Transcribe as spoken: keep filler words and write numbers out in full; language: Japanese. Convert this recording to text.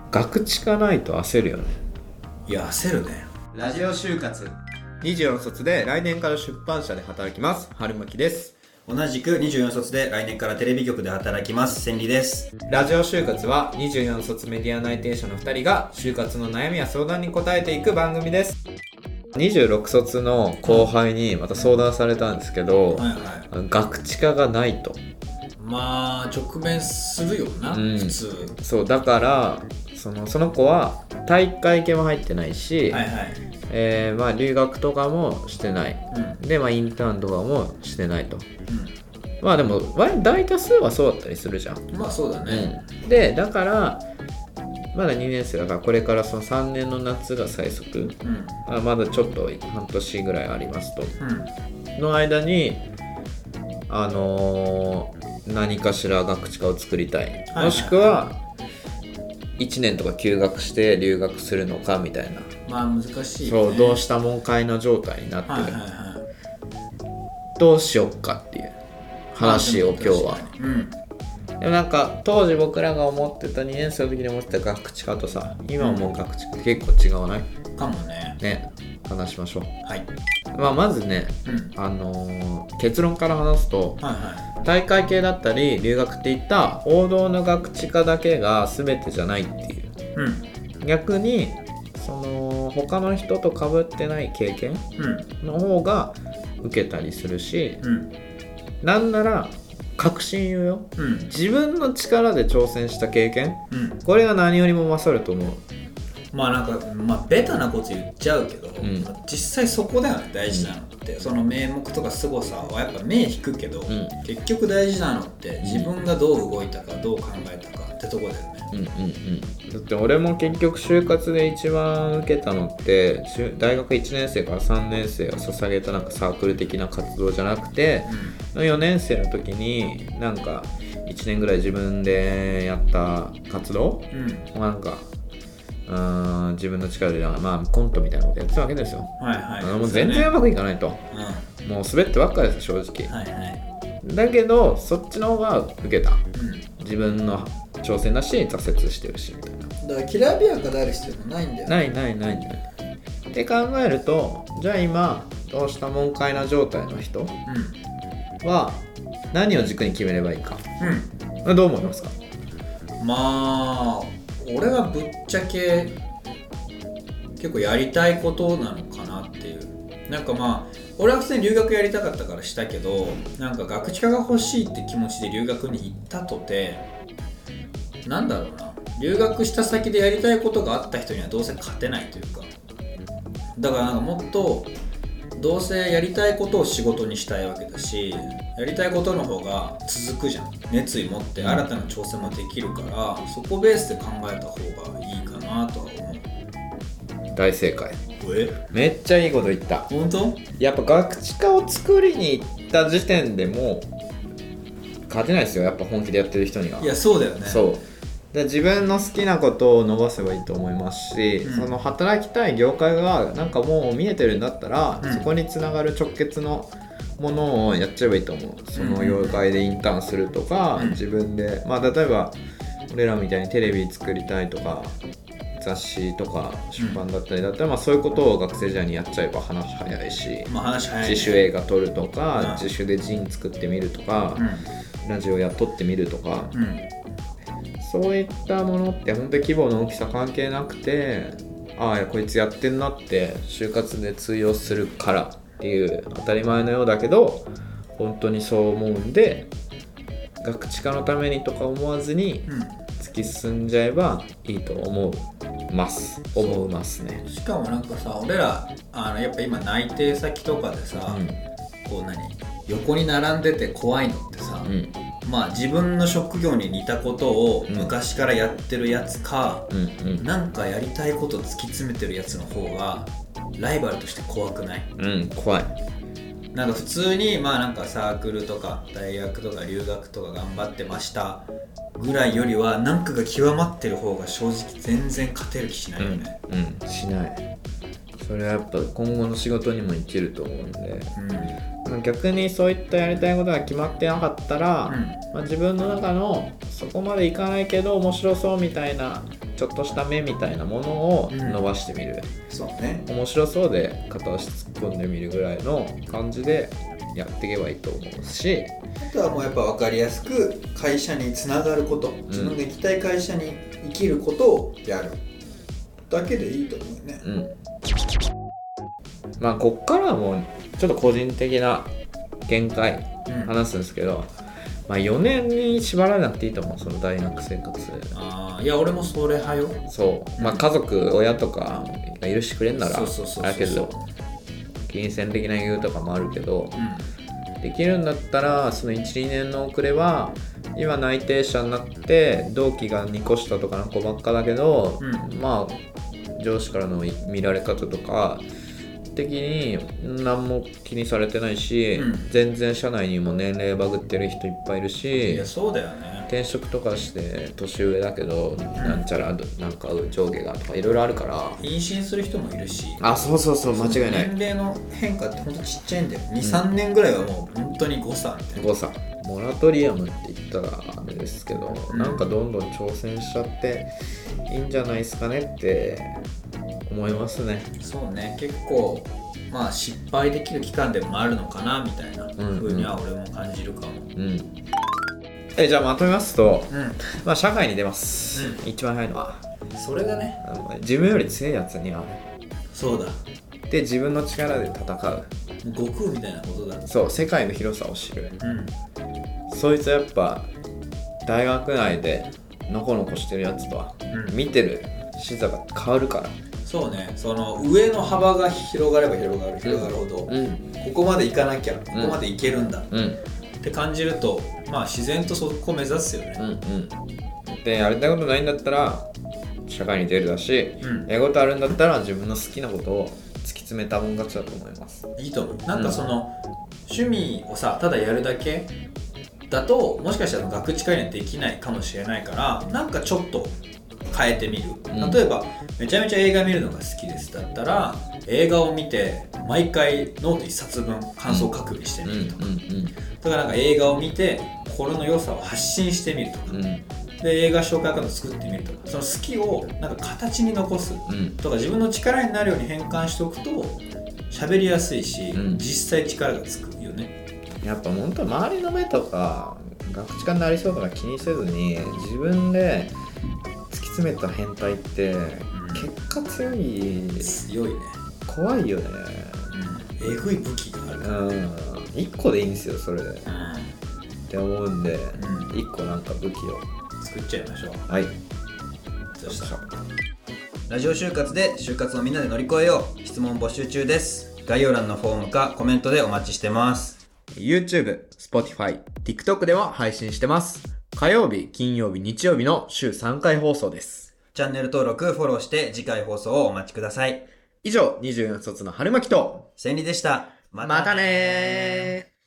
学知かないと焦るよね。 いや焦るね。 ラジオ就活にじゅうよん卒で来年から出版社で働きます春巻です。 同じくにじゅうよん卒で来年からテレビ局で働きます千里です。 ラジオ就活はにじゅうよん卒メディア内定者のふたりが就活の悩みや相談に答えていく番組です。にじゅうろく卒の後輩にまた相談されたんですけど、 はいはい、 学知化がないと。 まあ直面するよな、うん、普通。 そうだからその、その子は体育会系も入ってないし、 はいはい、 えーまあ、留学とかもしてない、うん、で、まあ、インターンとかもしてないと、うん、まあでも大多数はそうだったりするじゃん。 まあそうだね、 うん、でだからまだにねん生だからこれからそのさんねんの夏が最速、うん、あまだちょっと半年ぐらいありますと、うん、の間にあのー、何かしら学知化を作りたい、はいはい、もしくはいちねんとか休学して留学するのかみたいな。 まあ難しい、ね、 そうどうしたもんかいの状態になってる、はいはいはい、どうしよっかっていう話を今日は、うん、でもなんか当時僕らが思ってたにねん生の時に思ってた学知化とさ今思う学知化って結構違わないかもね。 ね話しましょう。 はい。 まあ、まずね、うん、あのー、結論から話すと、はいはい、体育会系だったり留学っていった王道の学知化だけが全てじゃないっていう、うん、逆にその他の人と被ってない経験の方が受けたりするし、うん、なんなら確信言うよ、うん、自分の力で挑戦した経験、うん、これが何よりも勝ると思う。 まあなんか、まあ、ベタなこと言っちゃうけど、うん、実際そこだよね大事なのって、うん、その名目とか凄さはやっぱ目引くけど、うん、結局大事なのって自分がどう動いたかどう考えたかってとこだよね。うんうんうん、だって俺も結局就活で一番受けたのって大学いちねん生からさんねん生が捧げたなんかサークル的な活動じゃなくて、うん、よねん生の時になんかいちねんぐらい自分でやった活動、うん、なんかうーん自分の力で、まあ、コントみたいなことやってたわけですよ、はいはい、あのもう全然うまくいかないと、うん、もう滑ってばっかりです正直、はいはい、だけどそっちの方が受けた、うん、自分の挑戦だし挫折してるしみたいな。 だからきらびやかである必要もないんだよ。 ないないないないって考えるとじゃあ今どうしたもんかいな状態の人は何を軸に決めればいいか、うん、どう思いますか？ まあ俺はぶっちゃけ結構やりたいことなのかなっていう。なんかまあ俺は普通に留学やりたかったからしたけど、なんか学知化が欲しいって気持ちで留学に行ったとてなんだろうな、留学した先でやりたいことがあった人にはどうせ勝てないというか、だからなんかもっとどうせやりたいことを仕事にしたいわけだし、やりたいことの方が続くじゃん。熱意持って新たな挑戦もできるから、うん、そこベースで考えた方がいいかなとは思う。 大正解。 えめっちゃいいこと言った。 本当？ やっぱ学知化を作りに行った時点でも勝てないですよ、やっぱ本気でやってる人には。 いやそうだよね。 そうで自分の好きなことを伸ばせばいいと思いますし、うん、その働きたい業界がなんかもう見えてるんだったら、うん、そこにつながる直結のものをやっちゃえばいいと思う。その業界でインターンするとか、うん、自分でまあ例えば俺らみたいにテレビ作りたいとか雑誌とか出版だったりだったら、うんまあ、そういうことを学生時代にやっちゃえば話早いし、 まあ話早いね、 自主映画撮るとか、うん、自主でジン作ってみるとか、うん、ラジオやっとってみるとか、うんそういったものって本当に規模の大きさ関係なくて、ああこいつやってんなって就活で通用するからっていう当たり前のようだけど本当にそう思うんで、学知化のためにとか思わずに突き進んじゃえばいいと思うます思いますね。 しかもなんかさ俺らあのやっぱ今内定先とかでさ、うん、こう何横に並んでて怖いのってさ、うんまあ、自分の職業に似たことを昔からやってるやつか、うんうん、なんかやりたいこと突き詰めてるやつの方がライバルとして怖くない？ うん怖い。 なんか普通にまあなんかサークルとか大学とか留学とか頑張ってましたぐらいよりはなんかが極まってる方が正直全然勝てる気しないよね。 うん、うん、しない。それはやっぱ今後の仕事にも生きると思うんで、うん、逆にそういったやりたいことが決まってなかったら、うんまあ、自分の中のそこまでいかないけど面白そうみたいなちょっとした目みたいなものを伸ばしてみる、 うん、そうね、 面白そうで片足突っ込んでみるぐらいの感じでやっていけばいいと思うし、 あとはもうやっぱ分かりやすく会社につながること、自分が行きたい会社に生きることをやるだけでいいと思うよね。 うん、まあこっからはもうちょっと個人的な見解話すんですけど、うん、まあよねんに縛られなくていいと思う、その大学生活。 ああ、いや俺もそれ派よ。 そう、まあ家族、親とかが許してくれんならあるけど、金銭的な理由とかもあるけど、うん、できるんだったらそのいち、にねんの遅れは今内定者になって同期がにこ下とかの子ばっかだけど、うん、まあ上司からの見られ方とか的に何も気にされてないし、うん、全然社内にも年齢バグってる人いっぱいいるし、 いやそうだよね、 転職とかして年上だけど、うん、なんちゃらなんか上下がとかいろいろあるから、 妊娠する人もいるし、 あ、そうそうそう、間違いない。 年齢の変化ってほんとちっちゃいんだよ、に、さんねんぐらいはもう本当に誤差みたいな。 誤差、モラトリアムって言ったらあれですけど、うん、なんかどんどん挑戦しちゃっていいんじゃないですかねって思いますね。 そうね、結構まあ失敗できる期間でもあるのかなみたいな風には俺も感じるかも。 うん、うん、えじゃあまとめますと、うん、まあ社会に出ます、うん、一番早いのはそれがね、 自分より強いやつに会う。 そうだ、 で自分の力で戦う、 悟空みたいなことだ。 そう、世界の広さを知る、うん、そいつはやっぱ大学内でノコノコしてるやつとは、うん、見てる視座が変わるから。 そうね、その上の幅が広がれば広がる広がるほど、うん、ここまで行かなきゃ、ここまで行けるんだ、うん、って感じると、まあ自然とそこ目指すよね。うんうん、 でやりたいことないんだったら社会に出るだし、うん、やることあるんだったら自分の好きなことを突き詰めたもん勝ちだと思います。 いいと思う。なんかその、うん、趣味をさただやるだけだともしかしたら学知会にはできないかもしれないから、なんかちょっと変えてみる。例えば、うん、めちゃめちゃ映画見るのが好きですだったら映画を見て毎回ノートいっさつぶん感想を書くようにしてみるとか、うんうんうん、だからなんか映画を見てこれの良さを発信してみるとか、うん、で映画紹介カード作ってみるとか、その好きをなんか形に残すとか、自分の力になるように変換しておくと喋りやすいし、うん、実際力がつくよね。 やっぱ本当周りの目とか学知化になりそうとか気にせずに自分で突き詰めた変態って結果強い、 強いね、 怖いよね、 うん、えぐい武器があるから、ね、うん、 いっこでいいんですよそれで、うん、って思うんで、うん、いっこなんか武器を作っちゃいましょう。 はい、 そしたらラジオ就活で就活をみんなで乗り越えよう。質問募集中です。概要欄のフォームかコメントでお待ちしてます。 YouTube、Spotify、TikTok では配信してます。火曜日、金曜日、日曜日の週さんかい放送です。 チャンネル登録、フォローして次回放送をお待ちください。 以上、にじゅうよん卒の春巻と千里でした。 またねー。